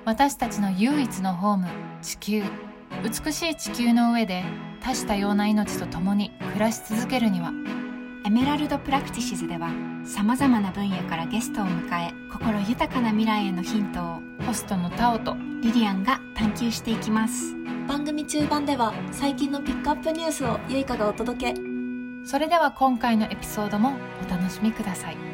私たちの唯一のホーム、地球。美しい地球の上で多種多様な命と共に暮らし続けるには、 エメラルドプラクティシズではさまざまな分野からゲストを迎え、心豊かな未来へのヒントをホストのタオとリリアンが探求していきます。 番組中盤では最近のピックアップニュースをゆいかがお届け。 それでは今回のエピソードもお楽しみください。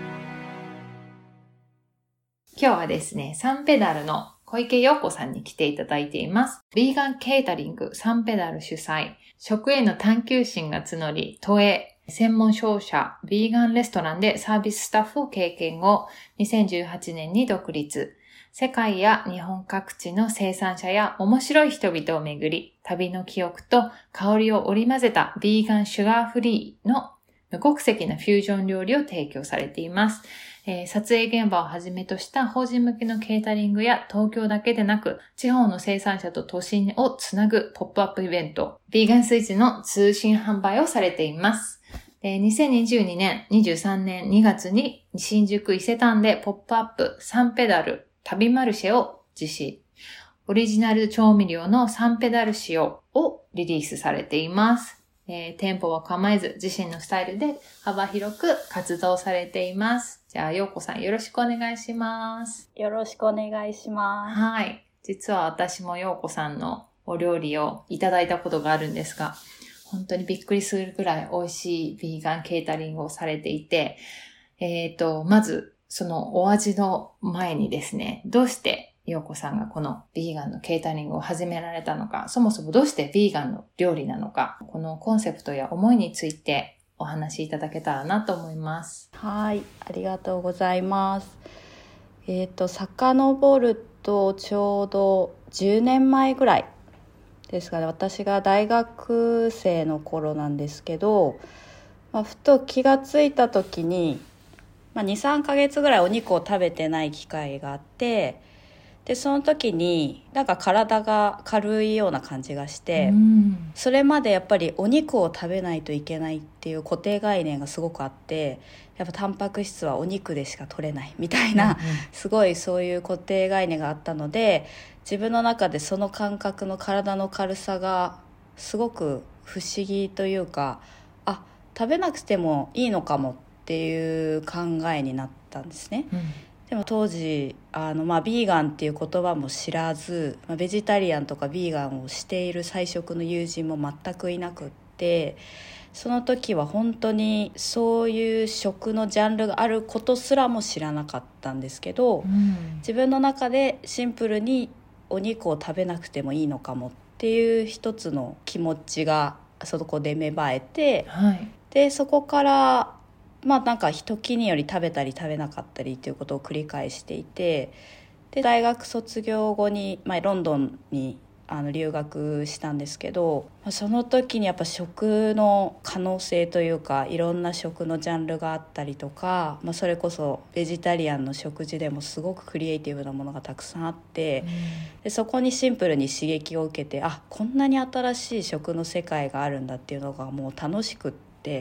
今日はですね、サンペダルの小池陽子さんに来ていただいています。ヴィーガンケータリングサンペダル主催、食への探求心が募り、都営専門商社ヴィーガンレストランでサービススタッフを経験後、2018年に独立。世界や日本各地の生産者や面白い人々を巡り、旅の記憶と香りを織り交ぜたヴィーガンシュガーフリーの無国籍なフュージョン料理を提供されています。撮影現場をはじめとした法人向けのケータリングや東京だけでなく地方の生産者と都心をつなぐポップアップイベント、ヴィーガンスイーツの通信販売をされています。2022年、23年2月に新宿伊勢丹でポップアップサンペダル旅マルシェを実施。オリジナル調味料のサンペダル塩をリリースされています。店舗は構えず自身のスタイルで幅広く活動されています。じゃあ、陽子さんよろしくお願いします。 よろしくお願いします。 はい。実は私も陽子さんのお料理をいただいたことがあるんですが、本当にびっくりするくらい美味しいヴィーガンケータリングをされていて、まずそのお味の前にですね、どうして陽子さんがこのヴィーガンのケータリングを始められたのか、そもそもどうしてヴィーガンの料理なのか、このコンセプトや思いについてお話しいただけたらなと思います。 はい、ありがとうございます。遡るとちょうど10年前ぐらいですかね。私が大学生の頃なんですけど、ふと気がついた時に、2、3ヶ月ぐらいお肉を食べてない機会があって、でその時になんか体が軽いような感じがして、それまでやっぱりお肉を食べないといけないっていう固定概念がすごくあって、やっぱタンパク質はお肉でしか取れないみたいな、すごいそういう固定概念があったので、自分の中でその感覚の体の軽さがすごく不思議というか、食べなくてもいいのかもっていう考えになったんですね。でも当時ビーガンっていう言葉も知らず、ベジタリアンとかビーガンをしている菜食の友人も全くいなくって、その時は本当にそういう食のジャンルがあることすらも知らなかったんですけど、自分の中でシンプルにお肉を食べなくてもいいのかもっていう一つの気持ちがそこで芽生えて、でそこからなんか時により食べたり食べなかったりということを繰り返していて、で大学卒業後に、ロンドンに留学したんですけど、その時にやっぱ食の可能性というか、いろんな食のジャンルがあったりとか、それこそベジタリアンの食事でもすごくクリエイティブなものがたくさんあって、でそこにシンプルに刺激を受けて、こんなに新しい食の世界があるんだっていうのがもう楽しくって、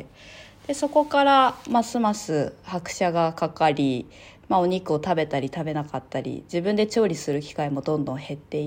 でそこからますます拍車がかかり、お肉を食べたり食べなかったり、自分で調理する機会もどんどん減っていって、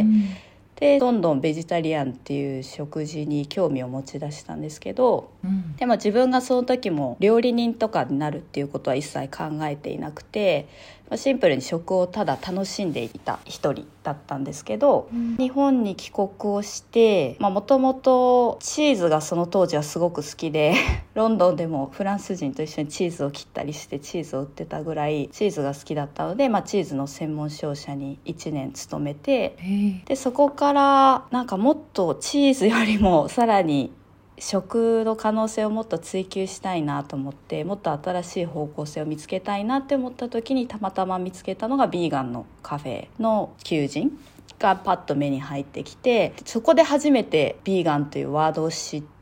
でどんどんベジタリアンっていう食事に興味を持ち出したんですけど、でも自分がその時も料理人とかになるっていうことは一切考えていなくて、シンプルに食をただ楽しんでいた一人だったんですけど、日本に帰国をしてもともとチーズがその当時はすごく好きでロンドンでもフランス人と一緒にチーズを切ったりしてチーズを売ってたぐらいチーズが好きだったので、チーズの専門商社に1年勤めて、でそこからなんかもっとチーズよりもさらに食の可能性をもっと追求したいなと思って、もっと新しい方向性を見つけたいなって思った時にたまたま見つけたのがビーガンのカフェの求人がパッと目に入ってきて、そこで初めてビーガンというワードを知って、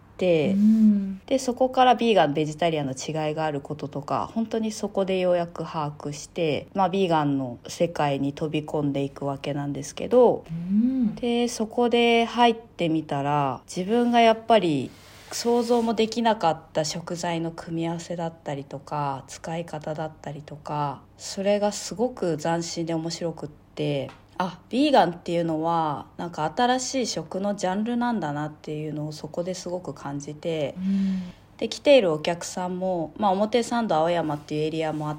でそこからビーガンベジタリアンの違いがあることとか、本当にそこでようやく把握して、ビーガンの世界に飛び込んでいくわけなんですけど、でそこで入ってみたら、自分がやっぱり想像もできなかった食材の組み合わせだったりとか使い方だったりとか、それがすごく斬新で面白くって、 ビーガンっていうのはなんか新しい食のジャンルなんだなっていうのをそこですごく感じて、で来ているお客さんも、表参道青山っていうエリアもあって、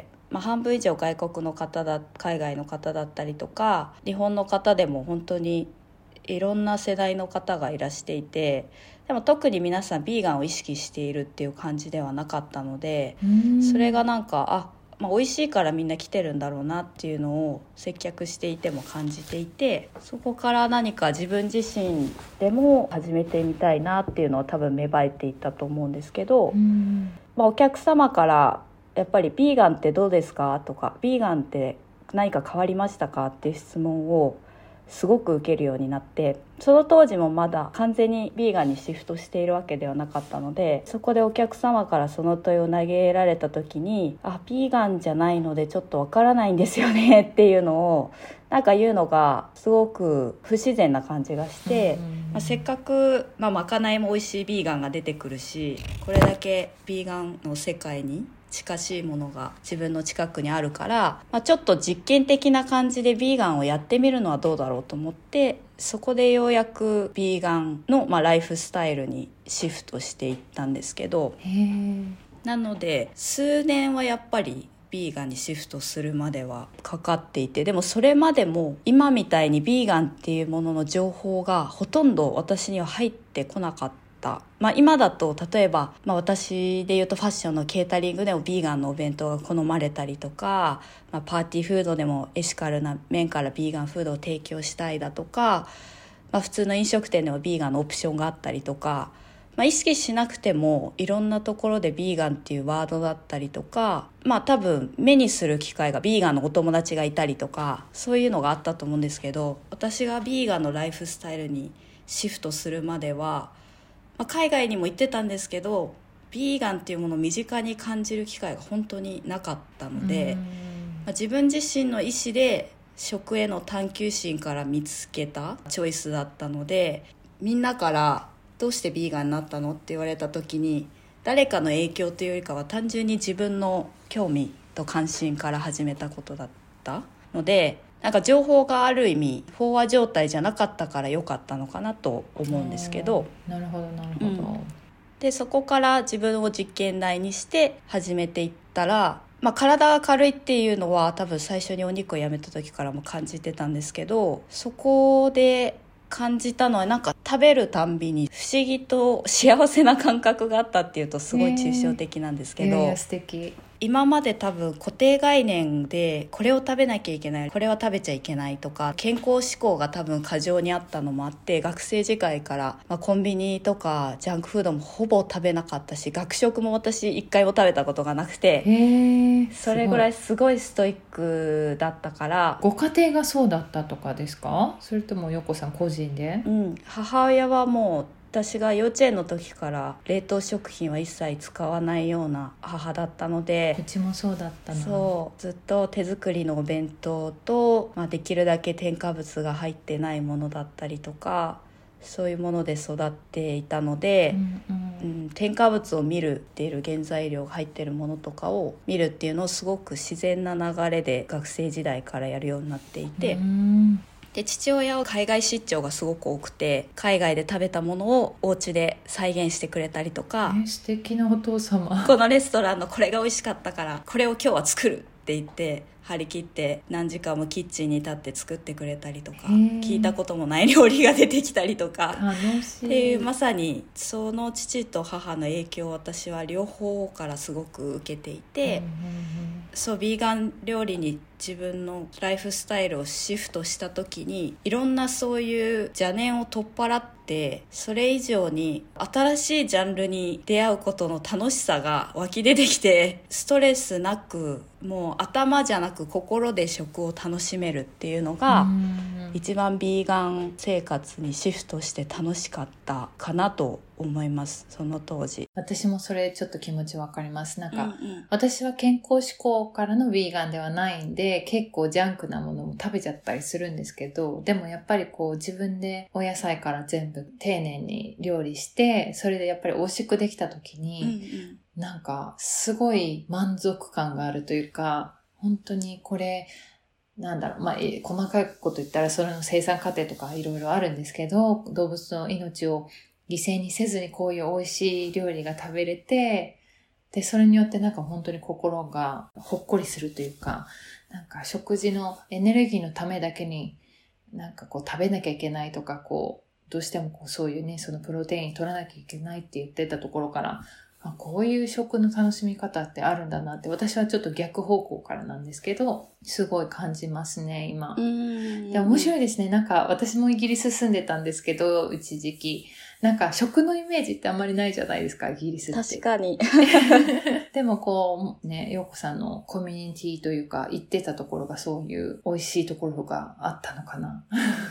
半分以上外国の方海外の方だったりとか日本の方でも本当にいろんな世代の方がいらしていて、でも特に皆さんビーガンを意識しているっていう感じではなかったので、それがなんか美味しいからみんな来てるんだろうなっていうのを接客していても感じていて、そこから何か自分自身でも始めてみたいなっていうのは多分芽生えていったと思うんですけど、お客様からやっぱりビーガンってどうですかとか、ビーガンって何か変わりましたかっていう質問をすごく受けるようになって、その当時もまだ完全にビーガンにシフトしているわけではなかったので、そこでお客様からその問いを投げられた時にビーガンじゃないのでちょっとわからないんですよねっていうのをなんか言うのがすごく不自然な感じがして、せっかく、まかないも美味しいビーガンが出てくるし、これだけビーガンの世界に近しいものが自分の近くにあるから、ちょっと実験的な感じでビーガンをやってみるのはどうだろうと思って、そこでようやくビーガンの、ライフスタイルにシフトしていったんですけど、なので数年はやっぱりビーガンにシフトするまではかかっていて、でもそれまでも今みたいにビーガンっていうものの情報がほとんど私には入ってこなかった。今だと例えば、私で言うとファッションのケータリングでもビーガンのお弁当が好まれたりとか、パーティーフードでもエシカルな面からビーガンフードを提供したいだとか、普通の飲食店でもビーガンのオプションがあったりとか、意識しなくてもいろんなところでビーガンっていうワードだったりとか、多分目にする機会がビーガンのお友達がいたりとか、そういうのがあったと思うんですけど、私がビーガンのライフスタイルにシフトするまでは、海外にも行ってたんですけど、ビーガンっていうものを身近に感じる機会が本当になかったので、自分自身の意思で食への探求心から見つけたチョイスだったので、みんなからどうしてビーガンになったのって言われた時に、誰かの影響というよりかは単純に自分の興味と関心から始めたことだったので、なんか情報がある意味飽和状態じゃなかったから良かったのかなと思うんですけど。 なるほどなるほど、 でそこから自分を実験台にして始めていったら、体が軽いっていうのは多分最初にお肉をやめた時からも感じてたんですけど、そこで感じたのはなんか食べるたんびに不思議と幸せな感覚があったっていうとすごい抽象的なんですけど、 素敵。 今まで多分固定概念でこれを食べなきゃいけない、これは食べちゃいけないとか、健康志向が多分過剰にあったのもあって、学生時代から、コンビニとかジャンクフードもほぼ食べなかったし、学食も私一回も食べたことがなくて、それぐらいすごいストイックだったから。 ご家庭がそうだったとかですか？それともよこさん個人で？ 母親はもう私が幼稚園の時から冷凍食品は一切使わないような母だったので、 うちもそうだったな。 そうずっと手作りのお弁当と、できるだけ添加物が入ってないものだったりとか、そういうもので育っていたので、添加物を見るっていう原材料が入ってるものとかを見るっていうのをすごく自然な流れで学生時代からやるようになっていて、で父親は海外出張がすごく多くて、海外で食べたものをお家で再現してくれたりとか、 素敵なお父様。 このレストランのこれが美味しかったからこれを今日は作るって言って張り切って何時間もキッチンに立って作ってくれたりとか、聞いたこともない料理が出てきたりとか、 楽しいっていう、まさにその父と母の影響を私は両方からすごく受けていて、そうビーガン料理に自分のライフスタイルをシフトした時に、いろんなそういう邪念を取っ払って、それ以上に新しいジャンルに出会うことの楽しさが湧き出てきて、ストレスなくもう頭じゃなく心で食を楽しめるっていうのが一番ビーガン生活にシフトして楽しかったかなと思います。その当時私もそれちょっと気持ちわかります。なんか、私は健康志向からのビーガンではないんで、結構ジャンクなものも食べちゃったりするんですけど、でもやっぱりこう自分でお野菜から全部丁寧に料理して、それでやっぱり美味しくできた時に、なんかすごい満足感があるというか、本当にこれ細かいこと言ったらそれの生産過程とかいろいろあるんですけど、動物の命を犠牲にせずにこういう美味しい料理が食べれて、で、それによって本当に心がほっこりするというか、食事のエネルギーのためだけに食べなきゃいけないとか、どうしてもそういうね、そのプロテイン取らなきゃいけないって言ってたところから、こういう食の楽しみ方ってあるんだなって、私はちょっと逆方向からなんですけど、すごい感じますね、今。で、面白いですね。私もイギリス住んでたんですけど、一時期。食のイメージってあんまりないじゃないですか、イギリスって。 確かに。 でも陽子さんのコミュニティというか、行ってたところがそういう美味しいところがあったのかな。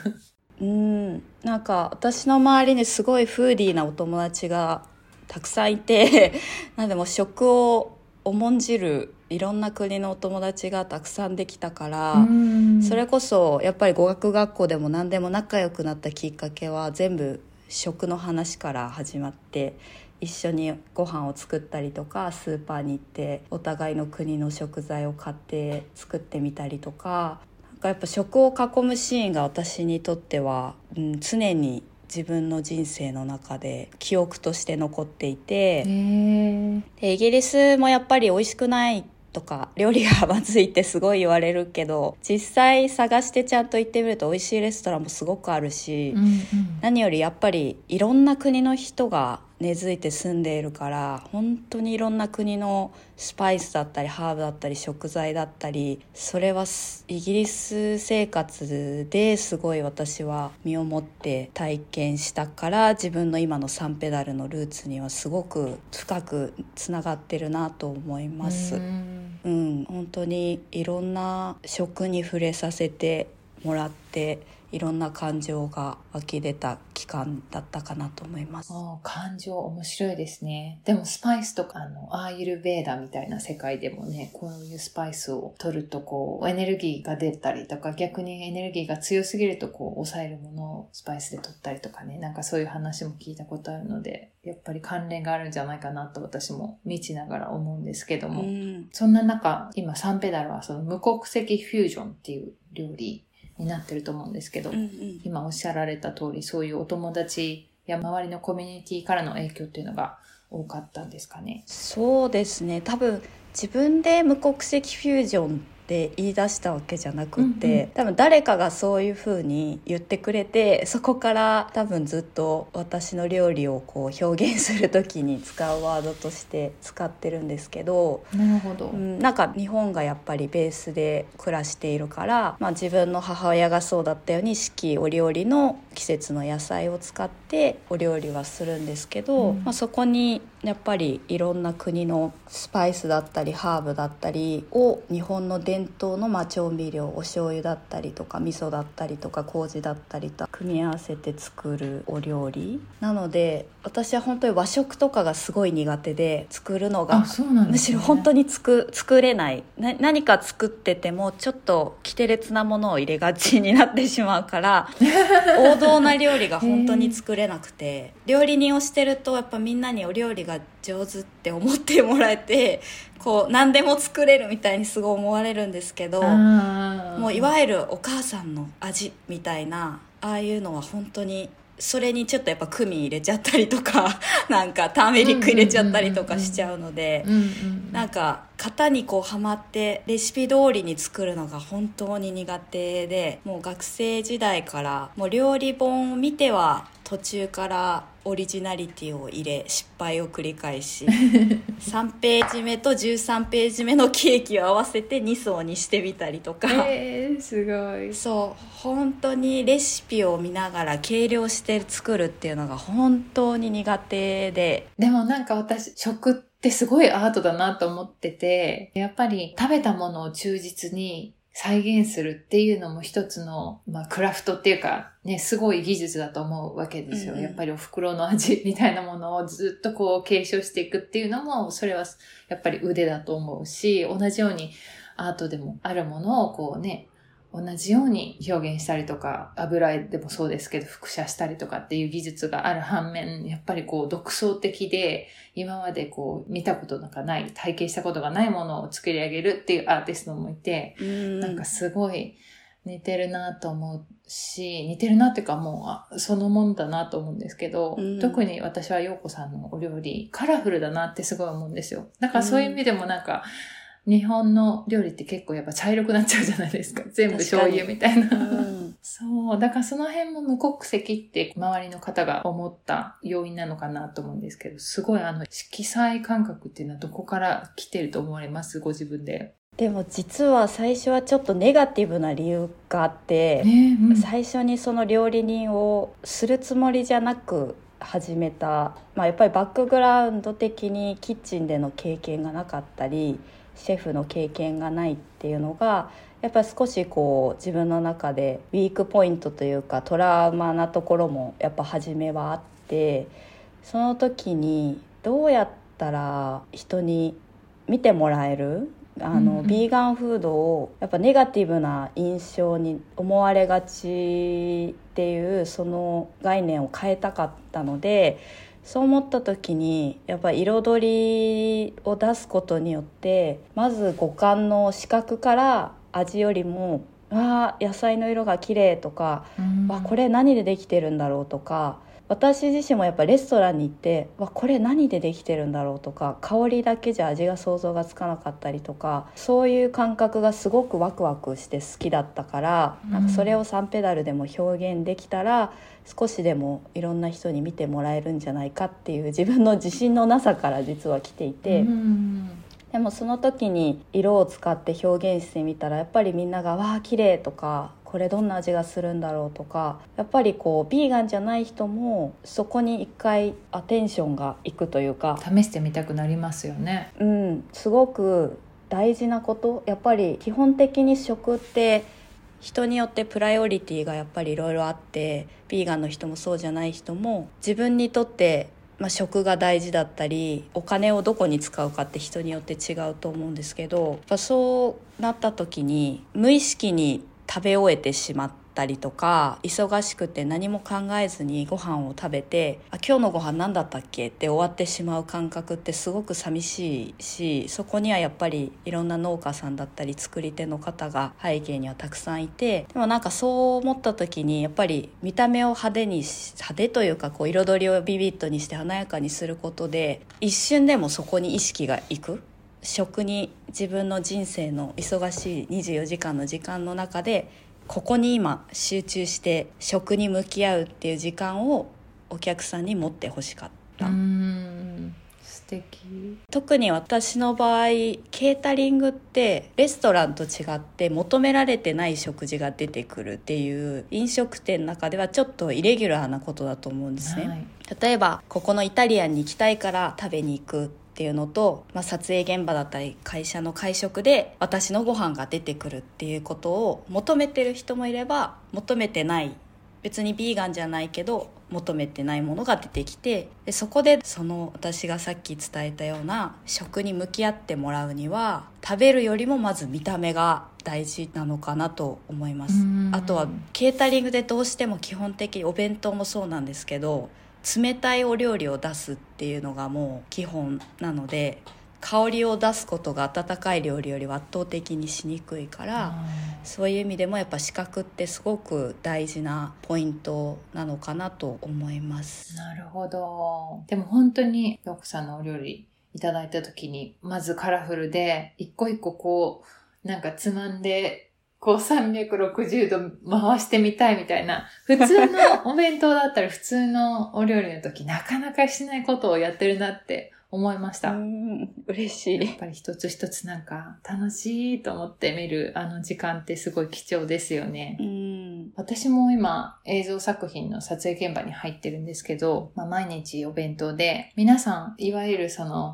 私の周りにすごいフーディーなお友達がたくさんいて、でも食を重んじるいろんな国のお友達がたくさんできたから、それこそやっぱり語学学校でも何でも仲良くなったきっかけは全部食の話から始まって、一緒にご飯を作ったりとか、スーパーに行ってお互いの国の食材を買って作ってみたりとか、やっぱ食を囲むシーンが私にとっては、常に自分の人生の中で記憶として残っていて、でイギリスもやっぱり美味しくないとか料理がまずいってすごい言われるけど、実際探してちゃんと行ってみると美味しいレストランもすごくあるし、何よりやっぱりいろんな国の人が根付いて住んでいるから、本当にいろんな国のスパイスだったりハーブだったり食材だったり、それはイギリス生活ですごい私は身をもって体験したから、自分の今のサンペダルのルーツにはすごく深くつながってるなと思います。本当にいろんな食に触れさせてもらって、いろんな感情が湧き出た期間だったかなと思います。 感情面白いですね。でもスパイスとかアーユルベーダみたいな世界でもね、こういうスパイスを取るとエネルギーが出たりとか、逆にエネルギーが強すぎると抑えるものをスパイスで取ったりとかね、そういう話も聞いたことあるので、やっぱり関連があるんじゃないかなと私も見ちながら思うんですけども、そんな中、今サンペダルはその無国籍フュージョンっていう料理になってると思うんですけど、今おっしゃられた通り、そういうお友達や周りのコミュニティからの影響っていうのが多かったんですかね。 そうですね、多分自分で無国籍フュージョンって言い出したわけじゃなくて、多分誰かがそういう風に言ってくれて、そこから多分ずっと私の料理を表現する時に使うワードとして使ってるんですけど、 なるほど。 日本がやっぱりベースで暮らしているから、自分の母親がそうだったように四季折々の季節の野菜を使ってお料理はするんですけど、そこにやっぱりいろんな国のスパイスだったりハーブだったりを日本の伝統の調味料、お醤油だったりとか味噌だったりとか麹だったりと組み合わせて作るお料理なので、私は本当に和食とかがすごい苦手で、作るのがむしろ本当に作れない、何か作っててもちょっと奇て烈なものを入れがちになってしまうから王道な料理が本当に作れなくて、料理人をしてるとやっぱみんなにお料理が上手って思ってもらえて、何でも作れるみたいにすごい思われるんですけど、もういわゆるお母さんの味みたいな、ああいうのは本当にそれにちょっとやっぱクミン入れちゃったりとかターメリック入れちゃったりとかしちゃうので、型にはまってレシピ通りに作るのが本当に苦手で、もう学生時代からもう料理本を見ては途中からオリジナリティを入れ失敗を繰り返し3ページ目と13ページ目のケーキを合わせて2層にしてみたりとか、 すごい。 そう本当にレシピを見ながら計量して作るっていうのが本当に苦手で、 でも私食ってすごいアートだなと思ってて、やっぱり食べたものを忠実に再現するっていうのも一つの、クラフトっていうかね、すごい技術だと思うわけですよ。やっぱりお袋の味みたいなものをずっと継承していくっていうのも、それはやっぱり腕だと思うし、同じようにアートでもあるものを同じように表現したりとか、油絵でもそうですけど、複写したりとかっていう技術がある反面、やっぱりこう独創的で、今までこう見たことなんかない、体験したことがないものを作り上げるっていうアーティストもいて、なんかすごい似てるなと思うし、似てるなっていうかもうそのもんだなと思うんですけど、特に私は陽子さんのお料理、カラフルだなってすごい思うんですよ。だからそういう意味でもなんか、日本の料理って結構やっぱ茶色くなっちゃうじゃないですか。全部醤油みたいな。そう。だからその辺も無国籍って周りの方が思った要因なのかなと思うんですけど、すごい色彩感覚っていうのはどこから来てると思われます？ご自分で。 でも実は最初はちょっとネガティブな理由があって、最初にその料理人をするつもりじゃなく始めた、やっぱりバックグラウンド的にキッチンでの経験がなかったり、シェフの経験がないっていうのがやっぱり少しこう自分の中でウィークポイントというかトラウマなところもやっぱ初めはあって、その時にどうやったら人に見てもらえるビーガンフードをやっぱネガティブな印象に思われがちっていうその概念を変えたかったので、そう思った時にやっぱり彩りを出すことによってまず五感の視覚から味よりも野菜の色が綺麗とか、これ何でできてるんだろうとか、私自身もやっぱレストランに行ってこれ何でできてるんだろうとか、香りだけじゃ味が想像がつかなかったりとか、そういう感覚がすごくワクワクして好きだったから、なんかそれを3ペダルでも表現できたら少しでもいろんな人に見てもらえるんじゃないかっていう自分の自信のなさから実は来ていて、でもその時に色を使って表現してみたらやっぱりみんながわー綺麗とか、これどんな味がするんだろうとか、やっぱりこうビーガンじゃない人もそこに一回アテンションがいくというか、 試してみたくなりますよね。 すごく大事なこと。やっぱり基本的に食って人によってプライオリティがやっぱりいろいろあって、ビーガンの人もそうじゃない人も自分にとって食が大事だったり、お金をどこに使うかって人によって違うと思うんですけど、そうなった時に無意識に食べ終えてしまったりとか、忙しくて何も考えずにご飯を食べて今日のご飯何だったっけって終わってしまう感覚ってすごく寂しいし、そこにはやっぱりいろんな農家さんだったり作り手の方が背景にはたくさんいて、でもなんかそう思った時にやっぱり見た目を派手というかこう彩りをビビッドにして華やかにすることで一瞬でもそこに意識がいく。食に自分の人生の忙しい24時間の時間の中でここに今集中して食に向き合うっていう時間をお客さんに持ってほしかった。 素敵。 特に私の場合ケータリングってレストランと違って求められてない食事が出てくるっていう飲食店の中ではちょっとイレギュラーなことだと思うんですね、例えばここのイタリアンに行きたいから食べに行くっていうのと、撮影現場だったり会社の会食で私のご飯が出てくるっていうことを求めてる人もいれば、求めてない、別にビーガンじゃないけど求めてないものが出てきて、でそこでその私がさっき伝えたような食に向き合ってもらうには食べるよりもまず見た目が大事なのかなと思います。あとはケータリングでどうしても基本的にお弁当もそうなんですけど、冷たいお料理を出すっていうのがもう基本なので、香りを出すことが温かい料理よりは圧倒的にしにくいから、そういう意味でもやっぱ視覚ってすごく大事なポイントなのかなと思います。 なるほど。でも本当に陽子さんのお料理いただいた時にまずカラフルで一個一個こうなんかつまんでこう360度回してみたいみたいな、普通のお弁当だったら普通のお料理の時なかなかしないことをやってるなって思いました。 嬉しい。 やっぱり一つ一つなんか楽しいと思って見る時間ってすごい貴重ですよね。私も今映像作品の撮影現場に入ってるんですけど、毎日お弁当で皆さんいわゆるその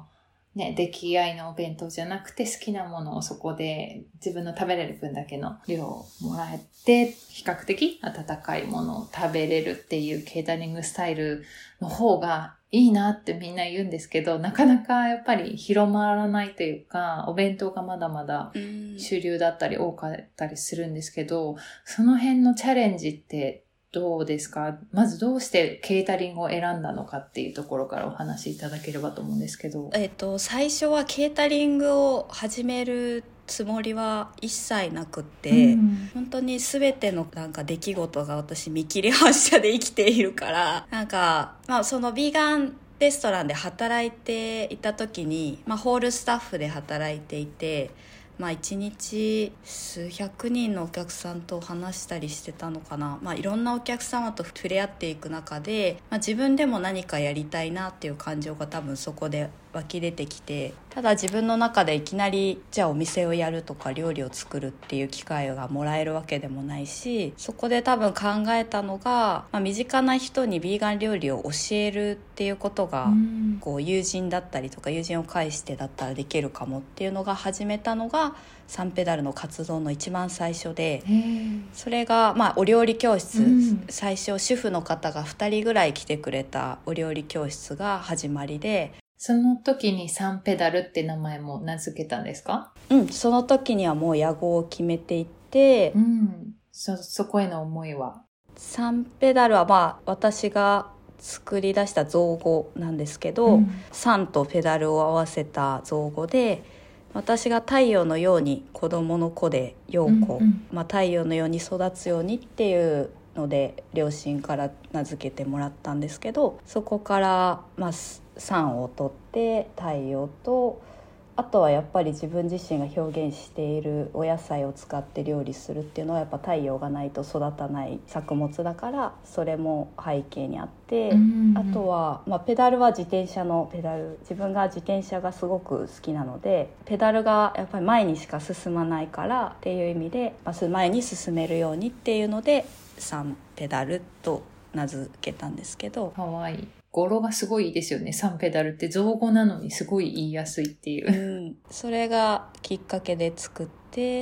ね、出来合いのお弁当じゃなくて好きなものをそこで自分の食べれる分だけの量をもらえて、比較的温かいものを食べれるっていうケータリングスタイルの方がいいなってみんな言うんですけど、なかなかやっぱり広まらないというか、お弁当がまだまだ主流だったり多かったりするんですけど、その辺のチャレンジってどうですか？まずどうしてケータリングを選んだのかっていうところからお話しいただければと思うんですけど。 最初はケータリングを始めるつもりは一切なくって、本当に全てのなんか出来事が私見切り発車で生きているから、なんか、そのビーガンレストランで働いていた時に、ホールスタッフで働いていて、1日数百人のお客さんと話したりしてたのかな。いろんなお客様と触れ合っていく中で、自分でも何かやりたいなっていう感情が多分そこで湧き出てきて、ただ自分の中でいきなりじゃあお店をやるとか料理を作るっていう機会がもらえるわけでもないし、そこで多分考えたのが、身近な人にビーガン料理を教えるっていうことが、こう友人だったりとか友人を介してだったらできるかもっていうのが始めたのがサンペダルの活動の一番最初で、それがお料理教室、最初主婦の方が2人ぐらい来てくれたお料理教室が始まりで、 その時にサンペダルって名前も名付けたんですか？ その時にはもう屋号を決めていて、 そこへの思いは？ サンペダルは私が作り出した造語なんですけど、サンとペダルを合わせた造語で、私が太陽のように子供の子で陽子、太陽のように育つようにっていうので両親から名付けてもらったんですけど、そこからサンを取って太陽と、あとはやっぱり自分自身が表現しているお野菜を使って料理するっていうのはやっぱ太陽がないと育たない作物だから、それも背景にあって、あとは、ペダルは自転車のペダル、自分が自転車がすごく好きなので、ペダルがやっぱり前にしか進まないからっていう意味で、前に進めるようにっていうのでサンペダルと名付けたんですけど。 かわいい。語呂がすごいいいですよね。サンペダルって造語なのにすごい言いやすいっていう。 それがきっかけで作って、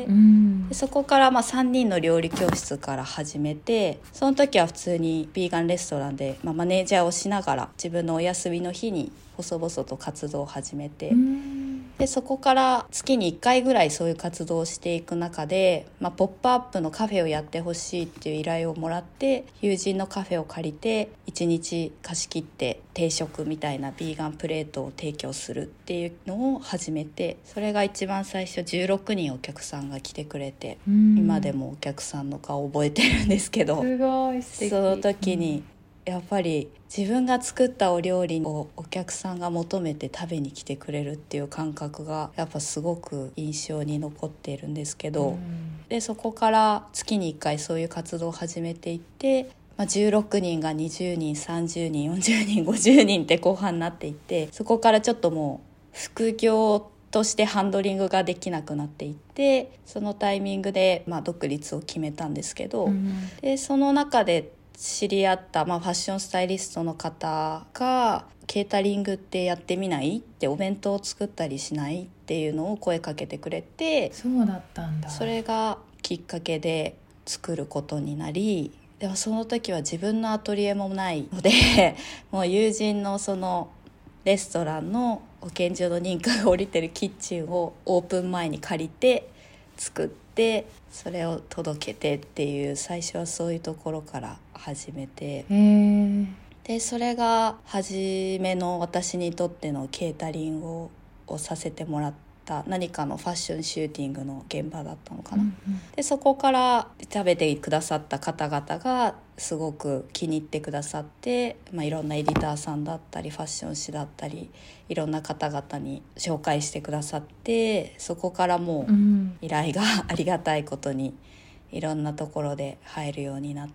でそこから3人の料理教室から始めて、その時は普通にビーガンレストランで、マネージャーをしながら自分のお休みの日に細々と活動を始めて、でそこから月に1回ぐらいそういう活動をしていく中で、ポップアップのカフェをやってほしいっていう依頼をもらって、友人のカフェを借りて1日貸し切って定食みたいなビーガンプレートを提供するっていうのを始めて、それが一番最初16人お客さんが来てくれて、今でもお客さんの顔覚えてるんですけど、 すごい素敵。 その時にやっぱり自分が作ったお料理をお客さんが求めて食べに来てくれるっていう感覚がやっぱすごく印象に残っているんですけど、でそこから月に1回そういう活動を始めていって、16人が20人30人40人50人って後半になっていって、そこからちょっともう副業としてハンドリングができなくなっていって、そのタイミングで独立を決めたんですけど、でその中で知り合った、ファッションスタイリストの方がケータリングってやってみないって、お弁当を作ったりしないっていうのを声かけてくれて、 そうだったんだ。 それがきっかけで作ることになり、でもその時は自分のアトリエもないのでもう友人のそのレストランの保健所の認可が下りてるキッチンをオープン前に借りて作って、それを届けてっていう、最初はそういうところから始めて、でそれが初めの私にとってのケータリングをさせてもらった何かのファッションシューティングの現場だったのかな、でそこから食べてくださった方々がすごく気に入ってくださって、いろんなエディターさんだったりファッション誌だったりいろんな方々に紹介してくださって、そこからもう依頼がありがたいことにいろんなところで入るようになって、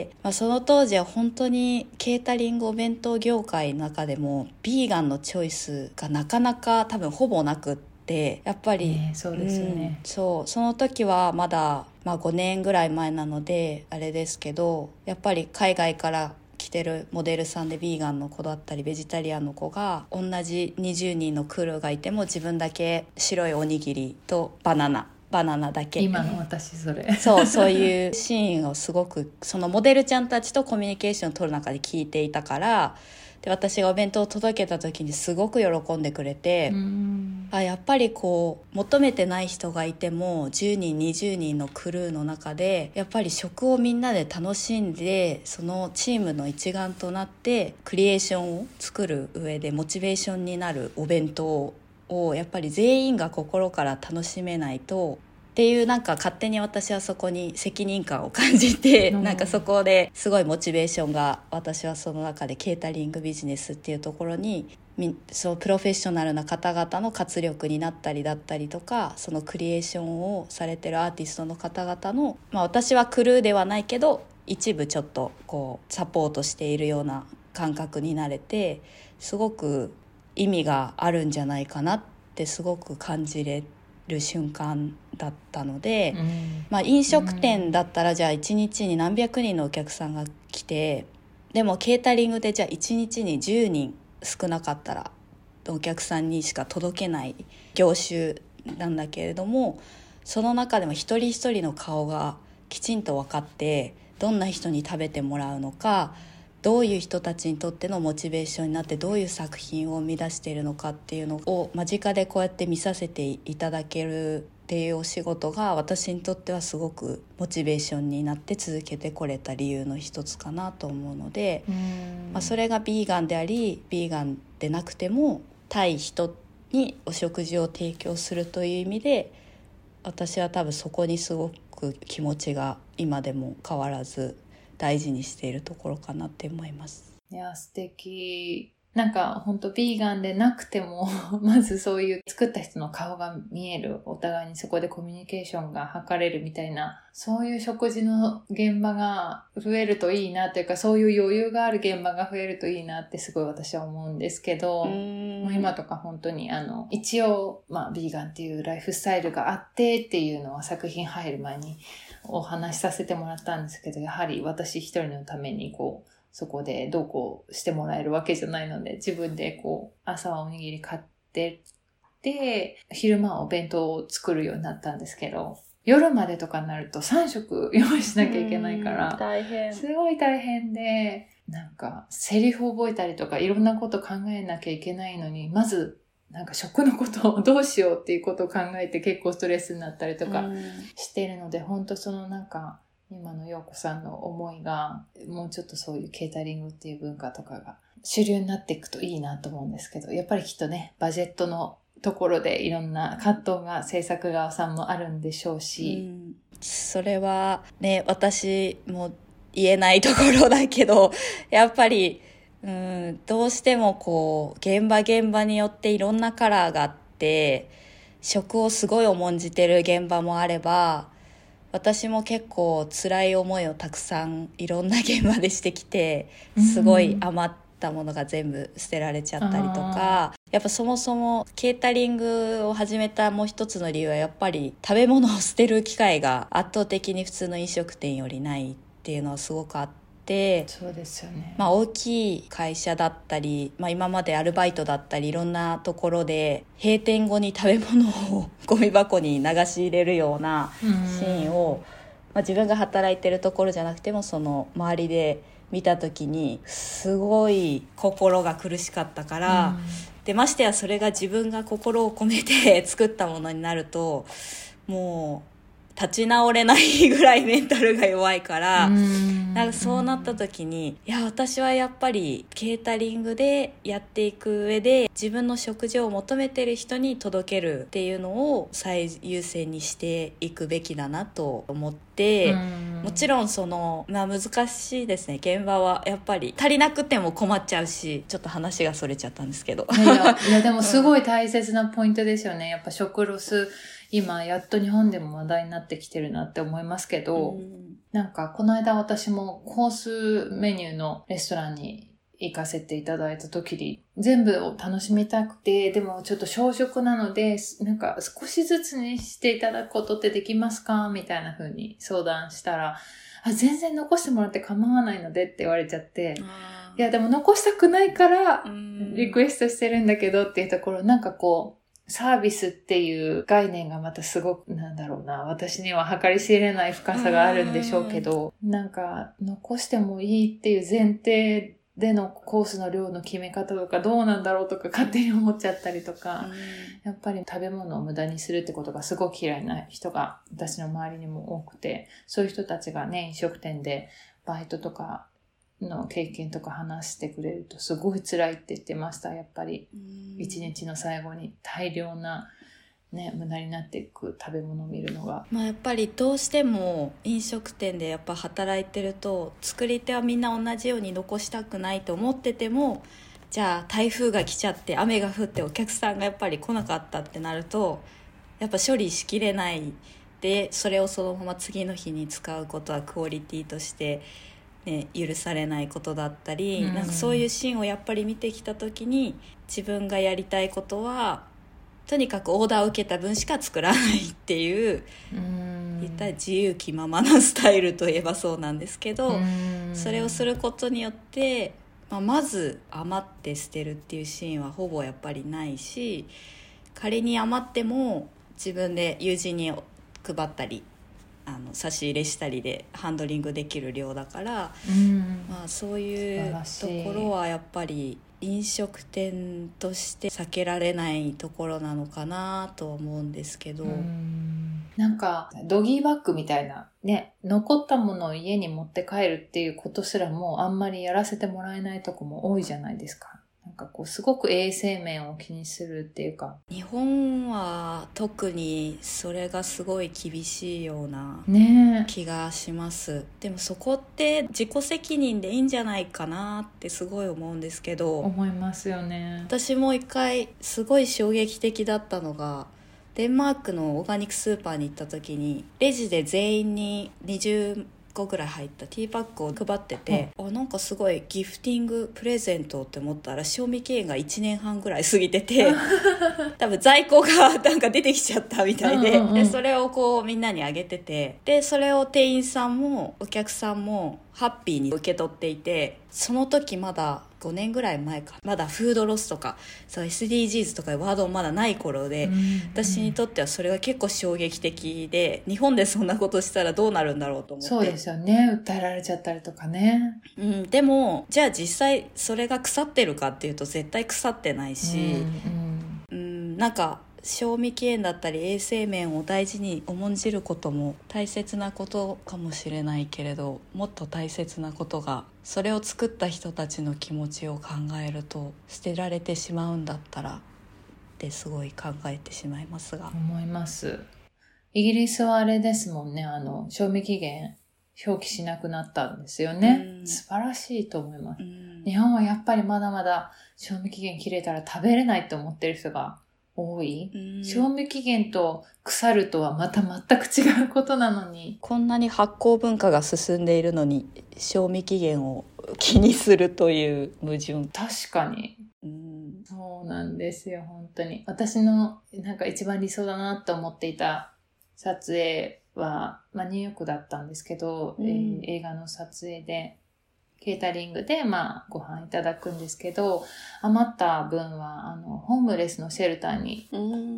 その当時は本当にケータリングお弁当業界の中でもビーガンのチョイスがなかなか多分ほぼなくって、やっぱり、 そうですよね。 その時はまだ5年ぐらい前なのであれですけど、やっぱり海外から来してるモデルさんでビーガンの子だったりベジタリアンの子が同じ20人のクルーがいても自分だけ白いおにぎりとバナナだけ、 今の私それそういうシーンをすごくそのモデルちゃんたちとコミュニケーションを取る中で聞いていたから、で私がお弁当を届けた時にすごく喜んでくれて、やっぱりこう求めてない人がいても10人20人のクルーの中でやっぱり食をみんなで楽しんで、そのチームの一丸となってクリエーションを作る上でモチベーションになるお弁当をやっぱり全員が心から楽しめないとっていう、なんか勝手に私はそこに責任感を感じて、なんかそこですごいモチベーションが、私はその中でケータリングビジネスっていうところにそうプロフェッショナルな方々の活力になったりだったりとか、そのクリエーションをされてるアーティストの方々の、私はクルーではないけど一部ちょっとこうサポートしているような感覚になれて、すごく意味があるんじゃないかなってすごく感じれる瞬間だったので、飲食店だったらじゃあ1日に何百人のお客さんが来て、でもケータリングでじゃあ1日に10人少なかったらお客さんにしか届けない業種なんだけれども、その中でも一人一人の顔がきちんと分かって、どんな人に食べてもらうのか、どういう人たちにとってのモチベーションになってどういう作品を生み出しているのかっていうのを間近でこうやって見させていただけるっていうお仕事が、私にとってはすごくモチベーションになって続けてこれた理由の一つかなと思うので、それがビーガンでありビーガンでなくても対人にお食事を提供するという意味で、私は多分そこにすごく気持ちが今でも変わらず大事にしているところかなって思います。 いや、素敵。なんか本当ビーガンでなくてもまずそういう作った人の顔が見える、お互いにそこでコミュニケーションが図れるみたいな、そういう食事の現場が増えるといいなというか、そういう余裕がある現場が増えるといいなってすごい私は思うんですけど、もう今とか本当に一応ビーガンっていうライフスタイルがあってっていうのは作品入る前にお話しさせてもらったんですけど、やはり私一人のためにそこでどうこうしてもらえるわけじゃないので、自分で朝はおにぎり買ってで昼間はお弁当を作るようになったんですけど、夜までとかになると3食用意しなきゃいけないから大変、 すごい大変で、なんかセリフ覚えたりとかいろんなこと考えなきゃいけないのに、まずなんか食のことをどうしようっていうことを考えて結構ストレスになったりとかしているので、本当そのなんか今の陽子さんの思いがもうちょっとそういうケータリングっていう文化とかが主流になっていくといいなと思うんですけど、やっぱりきっとねバジェットのところでいろんな葛藤が制作側さんもあるんでしょうし、 それはね私も言えないところだけど、やっぱりどうしても現場によっていろんなカラーがあって、食をすごい重んじてる現場もあれば、私も結構辛い思いをたくさんいろんな現場でしてきて、すごい余ったものが全部捨てられちゃったりとか、やっぱそもそもケータリングを始めたもう一つの理由はやっぱり食べ物を捨てる機会が圧倒的に普通の飲食店よりないっていうのはすごくあって、 そうですよね。 大きい会社だったり、今までアルバイトだったりいろんなところで閉店後に食べ物をゴミ箱に流し入れるようなシーンを、自分が働いてるところじゃなくてもその周りで見た時にすごい心が苦しかったから、でましてやそれが自分が心を込めて作ったものになるともう立ち直れないぐらいメンタルが弱いから、なんかそうなった時に、いや私はやっぱりケータリングでやっていく上で自分の食事を求めてる人に届けるっていうのを最優先にしていくべきだなと思って、もちろん難しいですね。現場はやっぱり足りなくても困っちゃうし、ちょっと話がそれちゃったんですけどいやでもすごい大切なポイントですよね。やっぱ食ロス今やっと日本でも話題になってきてるなって思いますけど、なんかこの間私もコースメニューのレストランに行かせていただいた時に全部を楽しみたくて、でもちょっと小食なので、なんか少しずつにしていただくことってできますかみたいな風に相談したら、全然残してもらって構わないのでって言われちゃって、いやでも残したくないからリクエストしてるんだけどっていうところ、なんかこうサービスっていう概念がまたすごくなんだろうな、私には計り知れない深さがあるんでしょうけど、なんか残してもいいっていう前提でのコースの量の決め方とかどうなんだろうとか勝手に思っちゃったりとか、やっぱり食べ物を無駄にするってことがすごく嫌いな人が私の周りにも多くて、そういう人たちがね、飲食店でバイトとかの経験とか話してくれるとすごい辛いって言ってました。やっぱり一日の最後に大量なね、無駄になっていく食べ物を見るのが、 やっぱりどうしても飲食店でやっぱ働いてると、作り手はみんな同じように残したくないと思ってても、じゃあ台風が来ちゃって雨が降ってお客さんがやっぱり来なかったってなると、やっぱ処理しきれないで、それをそのまま次の日に使うことはクオリティとしてね、許されないことだったり、なんかそういうシーンをやっぱり見てきた時に、自分がやりたいことはとにかくオーダーを受けた分しか作らないっていう、言ったら自由気ままなスタイルといえばそうなんですけど、それをすることによって、まず余って捨てるっていうシーンはほぼやっぱりないし、仮に余っても自分で友人に配ったり差し入れしたりでハンドリングできる量だから、そういうところはやっぱり飲食店として避けられないところなのかなと思うんですけど、 なんかドギーバッグみたいなね、残ったものを家に持って帰るっていうことすらもあんまりやらせてもらえないとこも多いじゃないですか。なんかこうすごく衛生面を気にするっていうか、 日本は特にそれがすごい厳しいような気がします、でもそこって自己責任でいいんじゃないかなってすごい思うんですけど。 思いますよね。 私も一回すごい衝撃的だったのが、デンマークのオーガニックスーパーに行った時にレジで全員に20個ぐらい入ったティーパックを配ってて、なんかすごいギフティングプレゼントって思ったら賞味期限が1年半ぐらい過ぎてて多分在庫がなんか出てきちゃったみたいで、でそれをこうみんなにあげてて、でそれを店員さんもお客さんもハッピーに受け取っていて、その時まだ5年ぐらい前か、まだフードロスとかそう SDGs とかいうワードまだない頃で、私にとってはそれが結構衝撃的で、日本でそんなことしたらどうなるんだろうと思って。 そうですよね、訴えられちゃったりとかね、 でもじゃあ実際それが腐ってるかっていうと絶対腐ってないし、なんか賞味期限だったり衛生面を大事に重んじることも大切なことかもしれないけれど、もっと大切なことがそれを作った人たちの気持ちを考えると、捨てられてしまうんだったらってすごい考えてしまいますが。 思います。イギリスはあれですもんね、賞味期限表記しなくなったんですよね。素晴らしいと思います。日本はやっぱりまだまだ賞味期限切れたら食べれないと思ってる人が多い。賞味期限と腐るとはまた全く違うことなのに、 こんなに発酵文化が進んでいるのに賞味期限を気にするという矛盾。 確かに、そうなんですよ。本当に私のなんか一番理想だなと思っていた撮影は、ニューヨークだったんですけど、映画の撮影でケータリングでご飯いただくんですけど、余った分はホームレスのシェルターに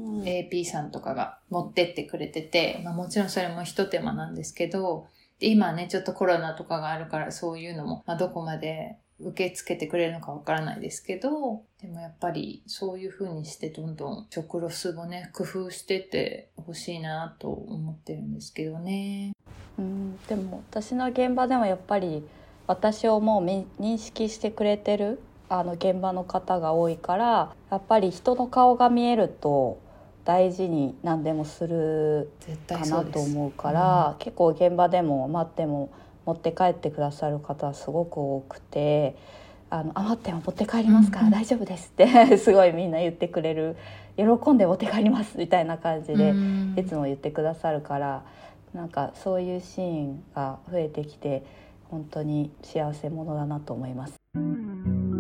AP さんとかが持ってってくれてて、もちろんそれも一手間なんですけど、で今ねちょっとコロナとかがあるからそういうのも、どこまで受け付けてくれるのかわからないですけど、でもやっぱりそういう風にしてどんどん食ロスをね工夫してってほしいなと思ってるんですけどね。 でも私の現場でもやっぱり私をもう認識してくれてる現場の方が多いから、やっぱり人の顔が見えると大事に何でもするかなと思うから、結構現場でも待っても持って帰ってくださる方はすごく多くて、余っても持って帰りますから大丈夫ですってすごいみんな言ってくれる、喜んで持って帰りますみたいな感じでいつも言ってくださるから、なんかそういうシーンが増えてきて本当に幸せ者だなと思います。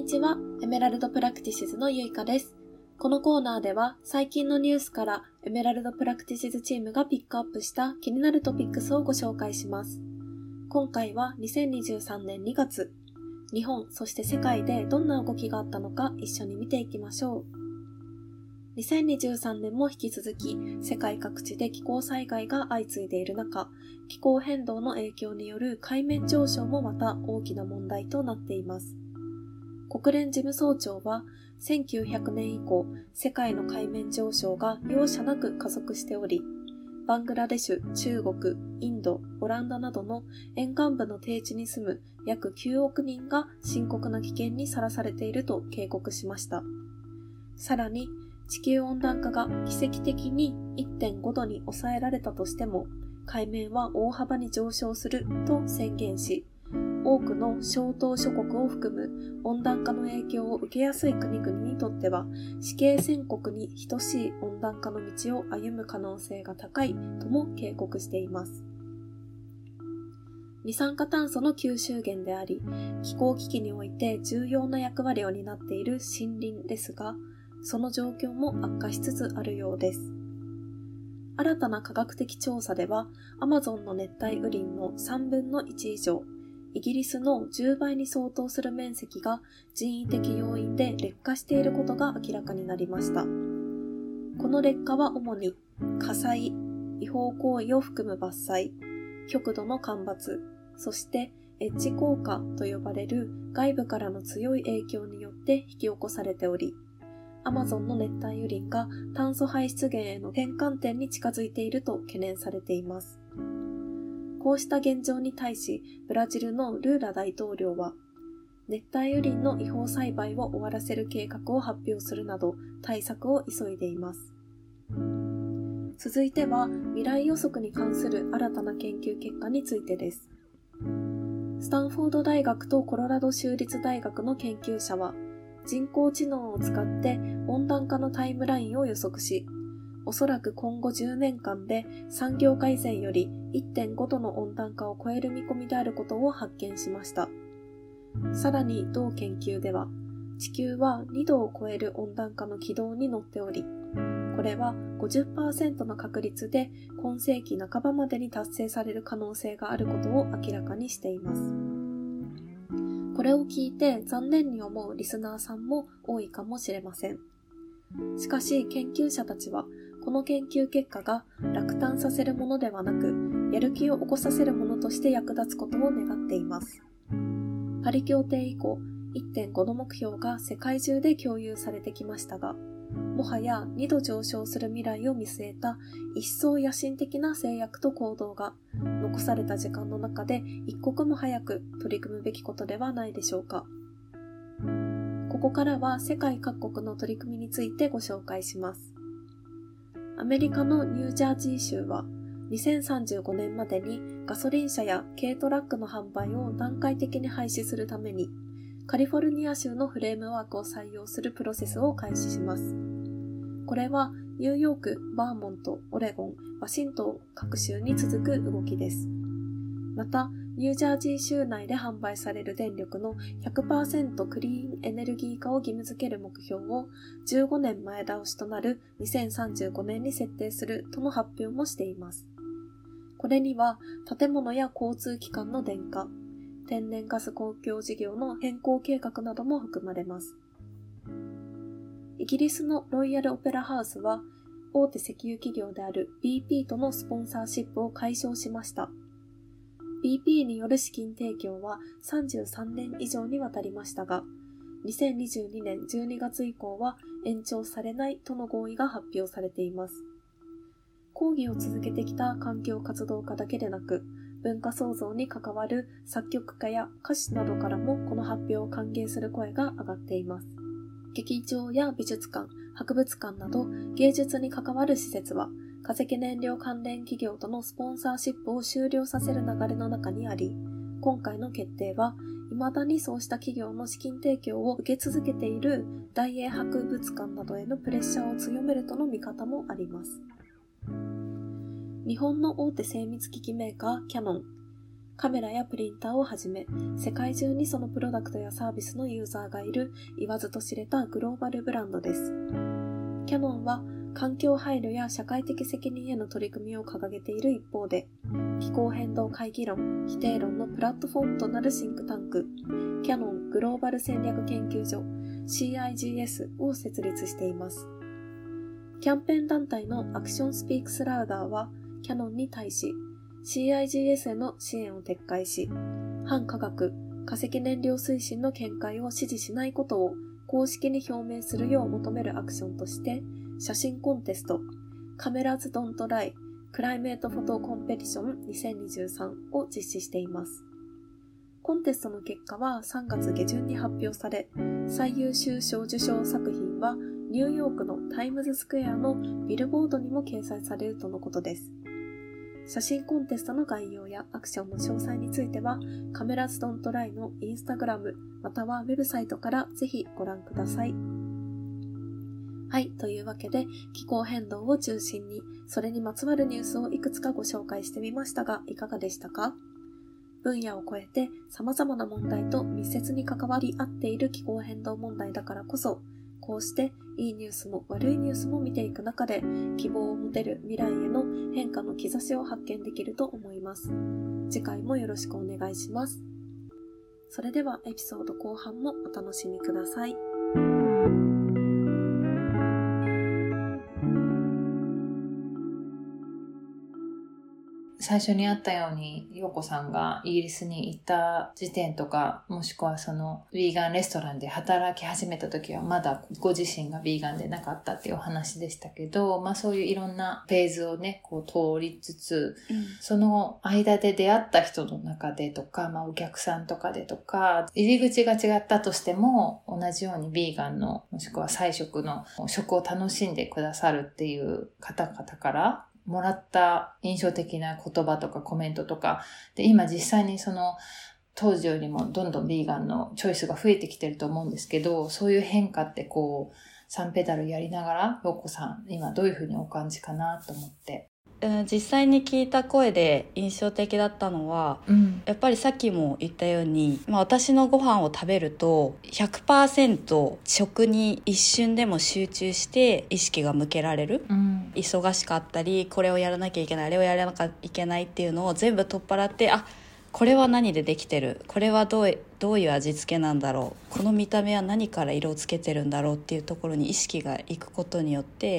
にちは、エメラルドプラクティシズのゆいかです。このコーナーでは最近のニュースからエメラルドプラクティシズチームがピックアップした気になるトピックスをご紹介します。今回は2023年2月、日本そして世界でどんな動きがあったのか一緒に見ていきましょう。2023年も引き続き世界各地で気候災害が相次いでいる中、気候変動の影響による海面上昇もまた大きな問題となっています。国連事務総長は1900年以降、世界の海面上昇が容赦なく加速しており、バングラデシュ、中国、インド、オランダなどの沿岸部の低地に住む約9億人が深刻な危険にさらされていると警告しました。さらに、地球温暖化が奇跡的に 1.5 度に抑えられたとしても、海面は大幅に上昇すると宣言し、多くの小東諸国を含む温暖化の影響を受けやすい国々にとっては、死刑宣告に等しい温暖化の道を歩む可能性が高いとも警告しています。二酸化炭素の吸収源であり、気候危機において重要な役割を担っている森林ですが、その状況も悪化しつつあるようです。新たな科学的調査では、アマゾンの熱帯雨林の3分の1以上、イギリスの10倍に相当する面積が人為的要因で劣化していることが明らかになりました。この劣化は主に火災、違法行為を含む伐採、極度の干ばつ、そしてエッジ効果と呼ばれる外部からの強い影響によって引き起こされており、アマゾンの熱帯雨林が炭素排出源への転換点に近づいていると懸念されています。こうした現状に対し、ブラジルのルーラ大統領は、熱帯雨林の違法栽培を終わらせる計画を発表するなど、対策を急いでいます。続いては、未来予測に関する新たな研究結果についてです。スタンフォード大学とコロラド州立大学の研究者は、人工知能を使って温暖化のタイムラインを予測し、おそらく今後10年間で産業化以前より 1.5 度の温暖化を超える見込みであることを発見しました。さらに同研究では、地球は2度を超える温暖化の軌道に乗っており、これは 50% の確率で今世紀半ばまでに達成される可能性があることを明らかにしています。これを聞いて残念に思うリスナーさんも多いかもしれません。しかし研究者たちは、この研究結果が落胆させるものではなく、やる気を起こさせるものとして役立つことを願っています。パリ協定以降、1.5 度目標が世界中で共有されてきましたが、もはや2度上昇する未来を見据えた一層野心的な制約と行動が、残された時間の中で一刻も早く取り組むべきことではないでしょうか。ここからは世界各国の取り組みについてご紹介します。アメリカのニュージャージー州は2035年までにガソリン車や軽トラックの販売を段階的に廃止するためにカリフォルニア州のフレームワークを採用するプロセスを開始します。これはニューヨーク、バーモント、オレゴン、ワシントン各州に続く動きです。また、ニュージャージー州内で販売される電力の 100% クリーンエネルギー化を義務付ける目標を15年前倒しとなる2035年に設定するとの発表もしています。これには建物や交通機関の電化、天然ガス公共事業の変更計画なども含まれます。イギリスのロイヤルオペラハウスは大手石油企業である BP とのスポンサーシップを解消しました。BP による資金提供は33年以上にわたりましたが、2022年12月以降は延長されないとの合意が発表されています。抗議を続けてきた環境活動家だけでなく、文化創造に関わる作曲家や歌手などからもこの発表を歓迎する声が上がっています。劇場や美術館、博物館など芸術に関わる施設は、化石燃料関連企業とのスポンサーシップを終了させる流れの中にあり、今回の決定は未だにそうした企業の資金提供を受け続けている大英博物館などへのプレッシャーを強めるとの見方もあります。日本の大手精密機器メーカーキヤノン、 カメラやプリンターをはじめ、世界中にそのプロダクトやサービスのユーザーがいる言わずと知れたグローバルブランドです。キヤノンは環境配慮や社会的責任への取り組みを掲げている一方で、気候変動回帰論、否定論のプラットフォームとなるシンクタンク、キヤノングローバル戦略研究所 CIGS を設立しています。キャンペーン団体のアクションスピークスラウダーは、キヤノンに対し、CIGS への支援を撤回し、反化学、化石燃料推進の見解を支持しないことを公式に表明するよう求めるアクションとして、写真コンテスト、カメラズドントライ、クライメートフォトコンペティション2023を実施しています。コンテストの結果は3月下旬に発表され、最優秀賞受賞作品はニューヨークのタイムズスクエアのビルボードにも掲載されるとのことです。写真コンテストの概要やアクションの詳細については、カメラズドントライのインスタグラムまたはウェブサイトからぜひご覧ください。はい、というわけで気候変動を中心にそれにまつわるニュースをいくつかご紹介してみましたが、いかがでしたか？分野を超えて様々な問題と密接に関わり合っている気候変動問題だからこそ、こうしていいニュースも悪いニュースも見ていく中で希望を持てる未来への変化の兆しを発見できると思います。次回もよろしくお願いします。それではエピソード後半もお楽しみください。 最初にあったように、陽子さんがイギリスに行った時点とか、もしくはそのヴィーガンレストランで働き始めた時はまだご自身がヴィーガンでなかったっていうお話でしたけど、そういういろんなフェーズをね、通りつつ、その間で出会った人の中でとか、お客さんとかでとか、入り口が違ったとしても、同じようにヴィーガンの、もしくは菜食の食を楽しんでくださるっていう方々から、もらった印象的な言葉とかコメントとかで、今実際にその当時よりもどんどんヴィーガンのチョイスが増えてきてると思うんですけど、そういう変化って3ペダルやりながら、陽子さん今どういうふうにお感じかなと思って。 実際に聞いた声で印象的だったのは、やっぱりさっきも言ったように、私のご飯を食べると 100% 食に一瞬でも集中して意識が向けられる、忙しかったりこれをやらなきゃいけないあれをやらなきゃいけないっていうのを全部取っ払って、これは何でできてる、これはどういう味付けなんだろう、この見た目は何から色をつけてるんだろうっていうところに意識がいくことによって、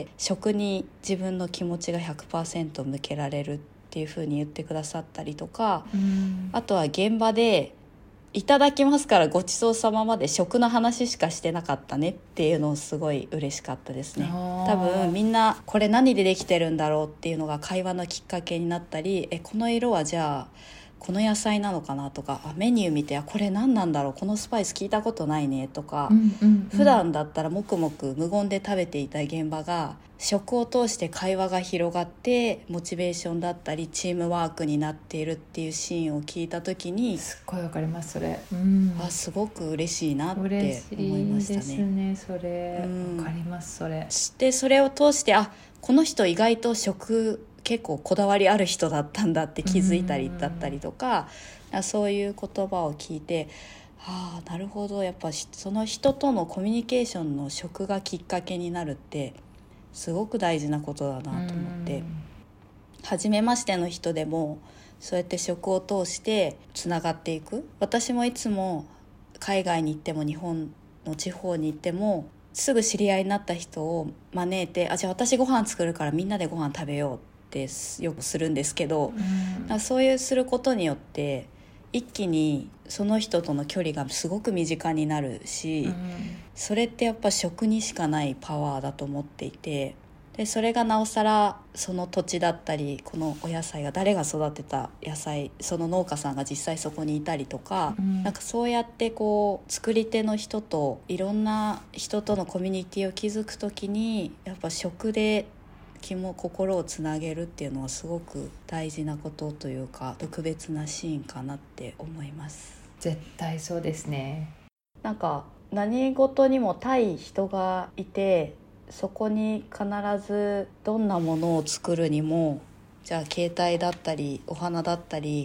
食に自分の気持ちが 100% 向けられるっていう風に言ってくださったりとか、あとは現場でいただきますからごちそうさままで食の話しかしてなかったねっていうのをすごい嬉しかったですね。多分みんなこれ何でできてるんだろうっていうのが会話のきっかけになったり、この色はじゃあこの野菜なのかなとか、メニュー見てこれ何なんだろう、このスパイス聞いたことないねとか、普段だったら黙々無言で食べていた現場が食を通して会話が広がってモチベーションだったりチームワークになっているっていうシーンを聞いた時に、 すっごいわかりますそれ、 すごく嬉しいなって思いましたね。 嬉しいですねそれ、わかりますそれで、それを通してこの人意外と食結構こだわりある人だったんだって気づいたりだったりとか、そういう言葉を聞いて、なるほど、やっぱその人とのコミュニケーションの食がきっかけになるってすごく大事なことだなと思って、初めましての人でもそうやって食を通してつながっていく。私もいつも海外に行っても日本の地方に行ってもすぐ知り合いになった人を招いて、じゃあ私ご飯作るからみんなでご飯食べようってよくするんですけど、そういうすることによって一気にその人との距離がすごく身近になるし、それってやっぱ食にしかないパワーだと思っていて、でそれがなおさらその土地だったりこのお野菜が誰が育てた野菜、その農家さんが実際そこにいたりとか、なんかそうやって作り手の人といろんな人とのコミュニティを築くときにやっぱ食で心をつなげるっていうのはすごく大事なことというか特別なシーンかなって思います。 絶対そうですね。 なんか何事にも対人がいて、そこに必ずどんなものを作るにも、じゃあ携帯だったりお花だったり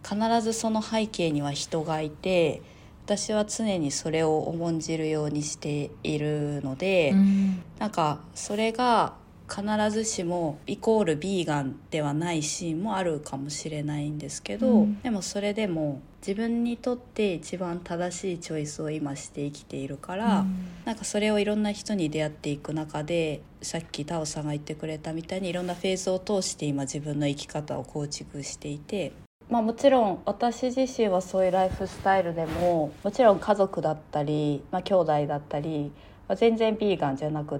必ずその背景には人がいて、私は常にそれを重んじるようにしているので、なんかそれが必ずしもイコールビーガンではないシーンもあるかもしれないんですけど、でもそれでも自分にとって一番正しいチョイスを今して生きているから、なんかそれをいろんな人に出会っていく中で、さっきタオさんが言ってくれたみたいにいろんなフェーズを通して今自分の生き方を構築していて、もちろん私自身はそういうライフスタイルでも、もちろん家族だったり、兄弟だったり全然ビーガンじゃなくって、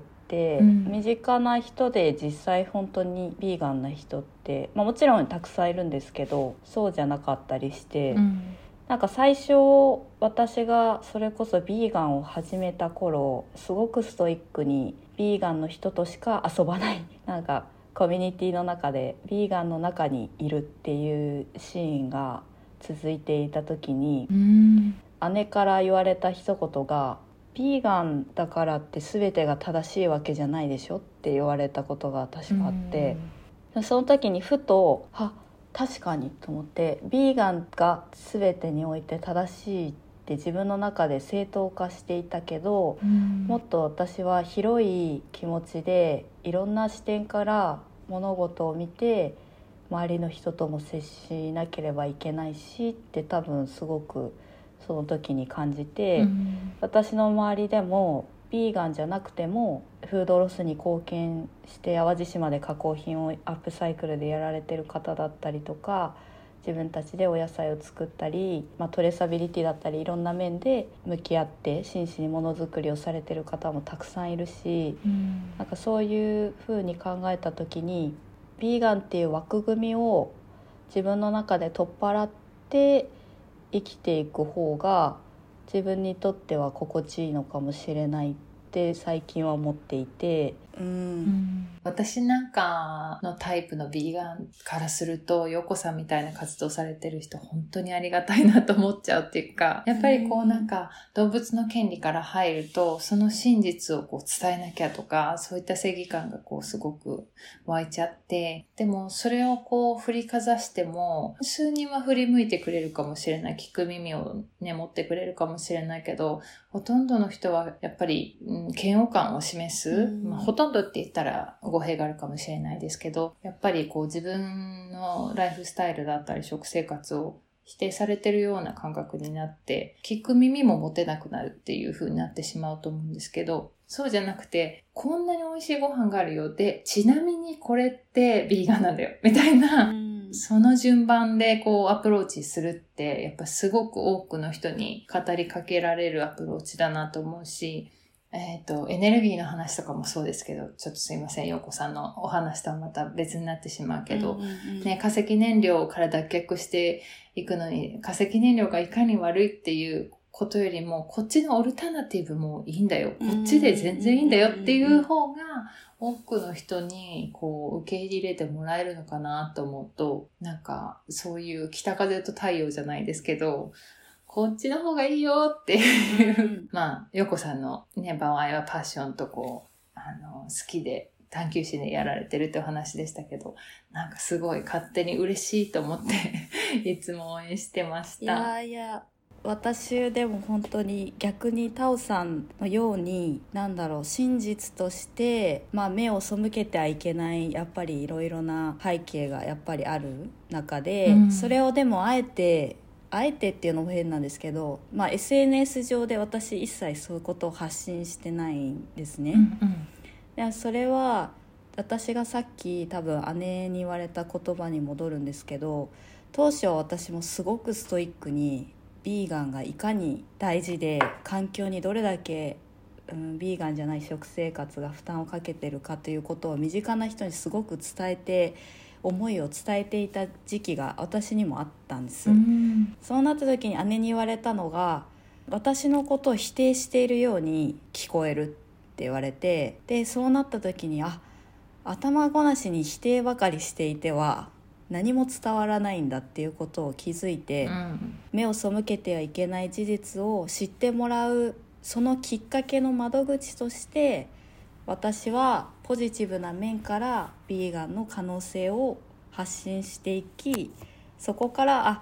身近な人で実際本当にビーガンな人って、もちろんたくさんいるんですけど、そうじゃなかったりして、なんか最初私がそれこそビーガンを始めた頃、すごくストイックにビーガンの人としか遊ばないなんかコミュニティの中でビーガンの中にいるっていうシーンが続いていた時に、姉から言われた一言が、ビーガンだからって全てが正しいわけじゃないでしょって言われたことが確かあって、その時にふと確かにと思って、ビーガンが全てにおいて正しいって自分の中で正当化していたけど、もっと私は広い気持ちでいろんな視点から物事を見て周りの人とも接しなければいけないしって多分すごくその時に感じて、私の周りでもビーガンじゃなくてもフードロスに貢献して淡路島で加工品をアップサイクルでやられてる方だったりとか、自分たちでお野菜を作ったり、トレーサビリティだったりいろんな面で向き合って真摯にものづくりをされてる方もたくさんいるし、なんかそういう風に考えた時に、ビーガンっていう枠組みを自分の中で取っ払って生きていく方が自分にとっては心地いいのかもしれないって最近は思っていて、 私なんかのタイプのビーガンからすると、ヨコさんみたいな活動されてる人本当にありがたいなと思っちゃうっていうか、やっぱりこうなんか動物の権利から入ると、その真実をこう伝えなきゃとか、そういった正義感がこうすごく湧いちゃって、でもそれをこう振りかざしても、数人は振り向いてくれるかもしれない、聞く耳をね持ってくれるかもしれないけど、ほとんどの人はやっぱり、嫌悪感を示す、ほとんどって言ったら語弊があるかもしれないですけど、やっぱりこう自分のライフスタイルだったり食生活を否定されてるような感覚になって、聞く耳も持てなくなるっていう風になってしまうと思うんですけど、そうじゃなくて、こんなに美味しいご飯があるよ、でちなみにこれってビーガンなんだよみたいな、その順番でこうアプローチするって、やっぱすごく多くの人に語りかけられるアプローチだなと思うし、エネルギーの話とかもそうですけど、ちょっとすいません、ヨコさんのお話とはまた別になってしまうけど、化石燃料から脱却していくのに、化石燃料がいかに悪いっていうことよりも、こっちのオルタナティブもいいんだよ、こっちで全然いいんだよっていう方が、多くの人にこう受け入れてもらえるのかなと思うと、なんかそういう北風と太陽じゃないですけど、こっちの方がいいよっていうヨコさんのね、場合はパッションとこう、好きで探求心でやられてるってお話でしたけど、なんかすごい勝手に嬉しいと思っていつも応援してました。 いや私でも本当に逆にタオさんのように真実として、目を背けてはいけないやっぱりいろいろな背景がやっぱりある中で、それをでもあえてっていうのも変なんですけど、SNS 上で私一切そういうことを発信してないんですね、でそれは私がさっき多分姉に言われた言葉に戻るんですけど、当初は私もすごくストイックにビーガンがいかに大事で環境にどれだけ、ビーガンじゃない食生活が負担をかけてるかということを身近な人にすごく伝えて、思いを伝えていた時期が私にもあったんです、そうなった時に姉に言われたのが、私のことを否定しているように聞こえるって言われて、でそうなった時に頭ごなしに否定ばかりしていては何も伝わらないんだっていうことを気づいて、目を背けてはいけない事実を知ってもらう、そのきっかけの窓口として私はポジティブな面からビーガンの可能性を発信していき、そこから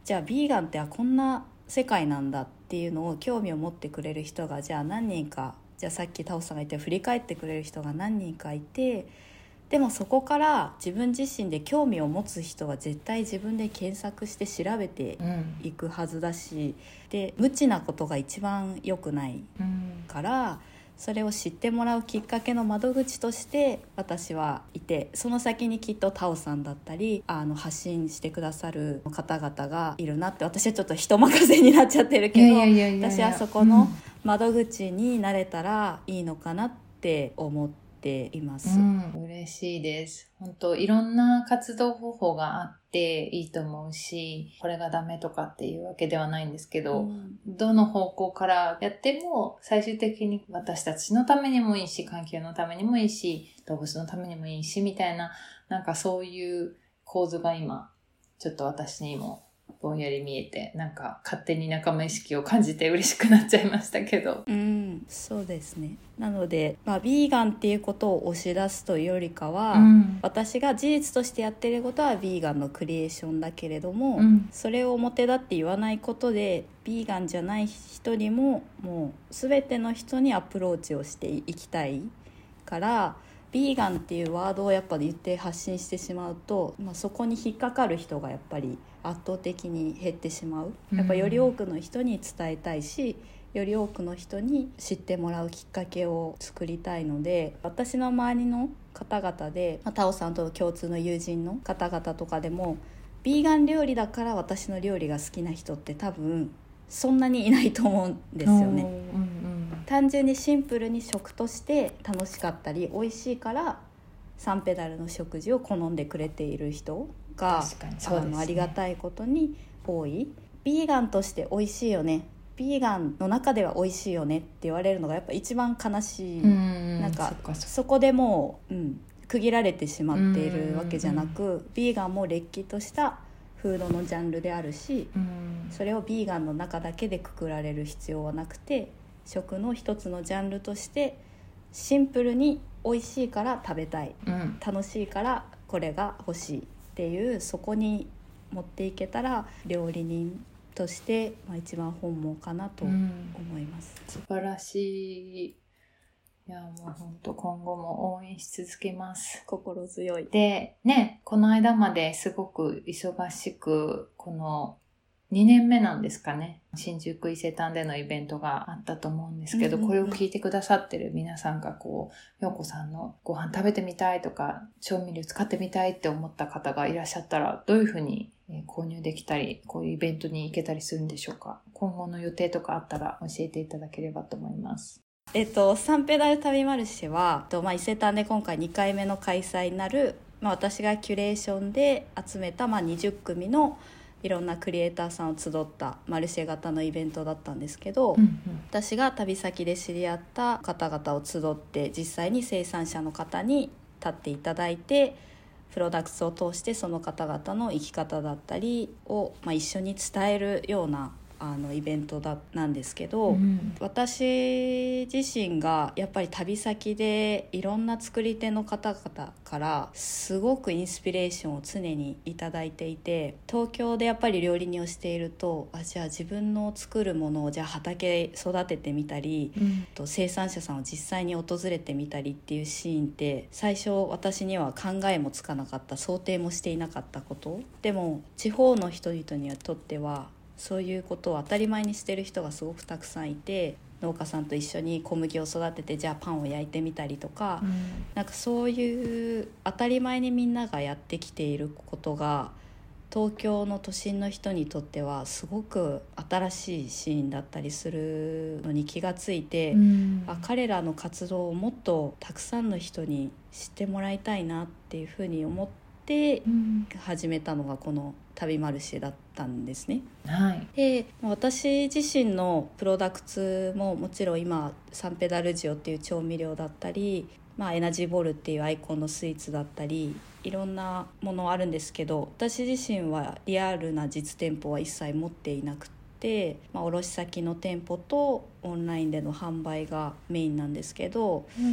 じゃあビーガンってこんな世界なんだっていうのを興味を持ってくれる人がじゃあ何人か、じゃあさっきタオさんが言った振り返ってくれる人が何人かいて、でもそこから自分自身で興味を持つ人は絶対自分で検索して調べていくはずだし、で無知なことが一番良くないから、それを知ってもらうきっかけの窓口として私はいて、その先にきっとタオさんだったり発信してくださる方々がいるなって。私はちょっと人任せになっちゃってるけど、私はそこの窓口になれたらいいのかなって思っています。 嬉しいです。本当いろんな活動方法があっていいと思うし、これがダメとかっていうわけではないんですけど、どの方向からやっても最終的に私たちのためにもいいし、環境のためにもいいし、動物のためにもいいしみたいな、なんかそういう構図が今ちょっと私にもぼんやり見えて、なんか勝手に仲間意識を感じて嬉しくなっちゃいましたけど。 そうですね。なので、ビーガンっていうことを押し出すというよりかは、私が事実としてやってることはビーガンのクリエーションだけれども、それを表立って言わないことでビーガンじゃない人にももう全ての人にアプローチをしていきたいから、ビーガンっていうワードをやっぱり言って発信してしまうと、そこに引っかかる人がやっぱり圧倒的に減ってしまう。やっぱより多くの人に伝えたいし、より多くの人に知ってもらうきっかけを作りたいので、私の周りの方々で、タオさんと共通の友人の方々とかでも、ビーガン料理だから私の料理が好きな人って多分そんなにいないと思うんですよね。単純にシンプルに食として楽しかったり美味しいからサンペダルの食事を好んでくれている人が、ありがたいことに多い。ビーガンとして美味しいよね、ビーガンの中では美味しいよねって言われるのがやっぱ一番悲しい。なんかそこでもう、区切られてしまっているわけじゃなく、ビーガンもれっきとしたフードのジャンルであるし、それをビーガンの中だけでくくられる必要はなくて、食の一つのジャンルとしてシンプルに美味しいから食べたい、楽しいからこれが欲しいっていう、そこに持っていけたら料理人として、一番本望かなと思います。 素晴らしい。いや、もう本当今後も応援し続けます。 心強い。 でね、この間まですごく忙しく、この2年目なんですかね、新宿伊勢丹でのイベントがあったと思うんですけど、これを聞いてくださってる皆さんが陽子さんのご飯食べてみたいとか調味料使ってみたいって思った方がいらっしゃったら、どういうふうに購入できたり、こういうイベントに行けたりするんでしょうか。今後の予定とかあったら教えていただければと思います。 サンペダル旅マルシェは、伊勢丹で今回2回目の開催になる、私がキュレーションで集めた20組のいろんなクリエイターさんを集ったマルシェ型のイベントだったんですけど、私が旅先で知り合った方々を集って、実際に生産者の方に立っていただいて、プロダクツを通してその方々の生き方だったりを、一緒に伝えるようなイベントなんですけど、私自身がやっぱり旅先でいろんな作り手の方々からすごくインスピレーションを常にいただいていて、東京でやっぱり料理人をしていると、じゃあ自分の作るものをじゃあ畑育ててみたり、生産者さんを実際に訪れてみたりっていうシーンって、最初私には考えもつかなかった、想定もしていなかったことでも、地方の人々にとってはそういうことを当たり前にしてる人がすごくたくさんいて、農家さんと一緒に小麦を育てて、じゃあパンを焼いてみたりとか、なんかそういう当たり前にみんながやってきていることが、東京の都心の人にとってはすごく新しいシーンだったりするのに気がついて、彼らの活動をもっとたくさんの人に知ってもらいたいなっていうふうに思って始めたのがこの旅マルシェだったんですね。で、私自身のプロダクツももちろん今サンペダルジオっていう調味料だったり、エナジーボールっていうアイコンのスイーツだったり、いろんなものあるんですけど、私自身はリアルな実店舗は一切持っていなくて、卸先の店舗とオンラインでの販売がメインなんですけど、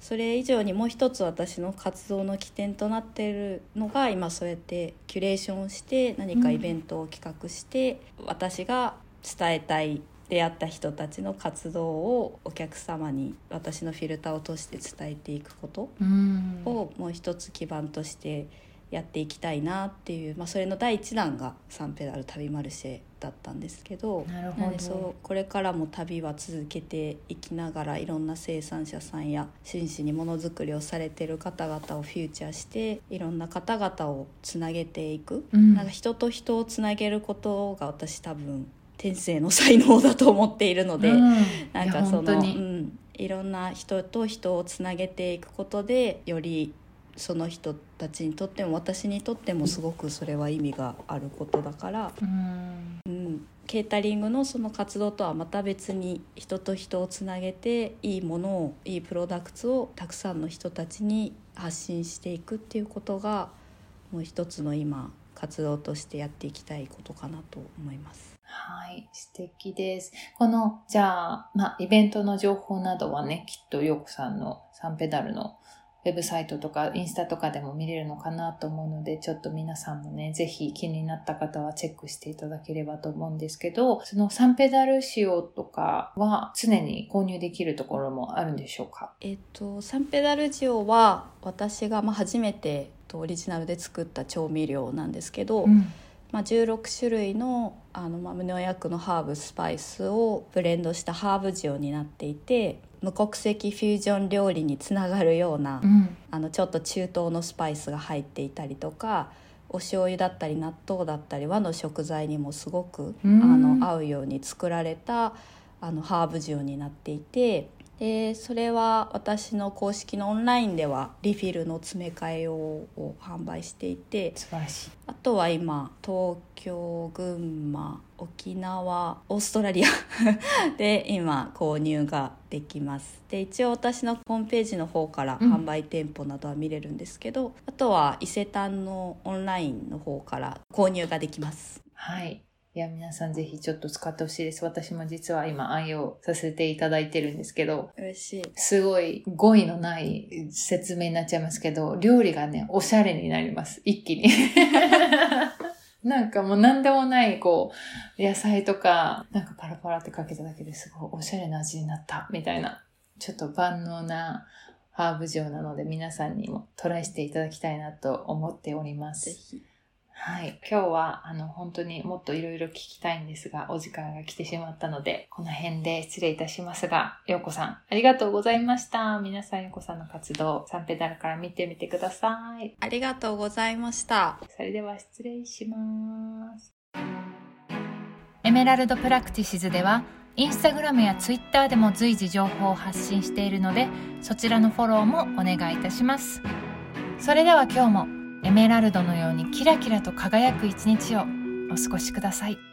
それ以上にもう一つ私の活動の起点となっているのが、今そうやってキュレーションをして何かイベントを企画して、私が伝えたい出会った人たちの活動をお客様に私のフィルターを通して伝えていくことをもう一つ基盤としてやっていきたいなっていう、それの第一弾がサンペダル旅マルシェだったんですけど、 なるほど。 これからも旅は続けていきながら、いろんな生産者さんや真摯にものづくりをされている方々をフューチャーして、いろんな方々をつなげていく、なんか人と人をつなげることが私多分天性の才能だと思っているので、なんかそのいろんな人と人をつなげていくことで、よりその人たちにとっても私にとってもすごくそれは意味があることだから、ケータリングのその活動とはまた別に、人と人をつなげていいものを、いいプロダクツをたくさんの人たちに発信していくっていうことが、もう一つの今活動としてやっていきたいことかなと思います。 はい、素敵です。このじゃあ、イベントの情報などはね、きっと陽子さんのサンペダルのウェブサイトとかインスタとかでも見れるのかなと思うので、ちょっと皆さんもね、ぜひ気になった方はチェックしていただければと思うんですけど、そのサンペダル仕様とかは常に購入できるところもあるんでしょうか？ サンペダル塩は私が初めてオリジナルで作った調味料なんですけど、16種類の無農薬のハーブスパイスをブレンドしたハーブ塩になっていて、無国籍フュージョン料理につながるような、ちょっと中東のスパイスが入っていたりとか、お醤油だったり納豆だったり和の食材にもすごく合うように作られたハーブ塩になっていて、でそれは私の公式のオンラインではリフィルの詰め替え用を販売していて、 素晴らしい。 あとは今東京、群馬、沖縄、オーストラリアで今購入ができます。で一応私のホームページの方から販売店舗などは見れるんですけど、あとは伊勢丹のオンラインの方から購入ができます。 はい、いや皆さんぜひちょっと使ってほしいです。私も実は今愛用させていただいてるんですけど、 嬉しい。 すごい語彙のない説明になっちゃいますけど、料理がねおしゃれになります、一気になんかもう何でもない野菜とかなんかパラパラってかけただけですごいおしゃれな味になったみたいな、ちょっと万能なハーブ塩なので、皆さんにもトライしていただきたいなと思っております。 ぜひ。 はい。今日は本当にもっといろいろ聞きたいんですが、お時間が来てしまったので、この辺で失礼いたしますが、陽子さん、ありがとうございました。皆さん陽子さんの活動、サンペダルから見てみてください。 ありがとうございました。 それでは失礼します。 エメラルドプラクティシズでは、インスタグラムやツイッターでも随時情報を発信しているので、そちらのフォローもお願いいたします。それでは今日もエメラルドのようにキラキラと輝く一日をお過ごしください。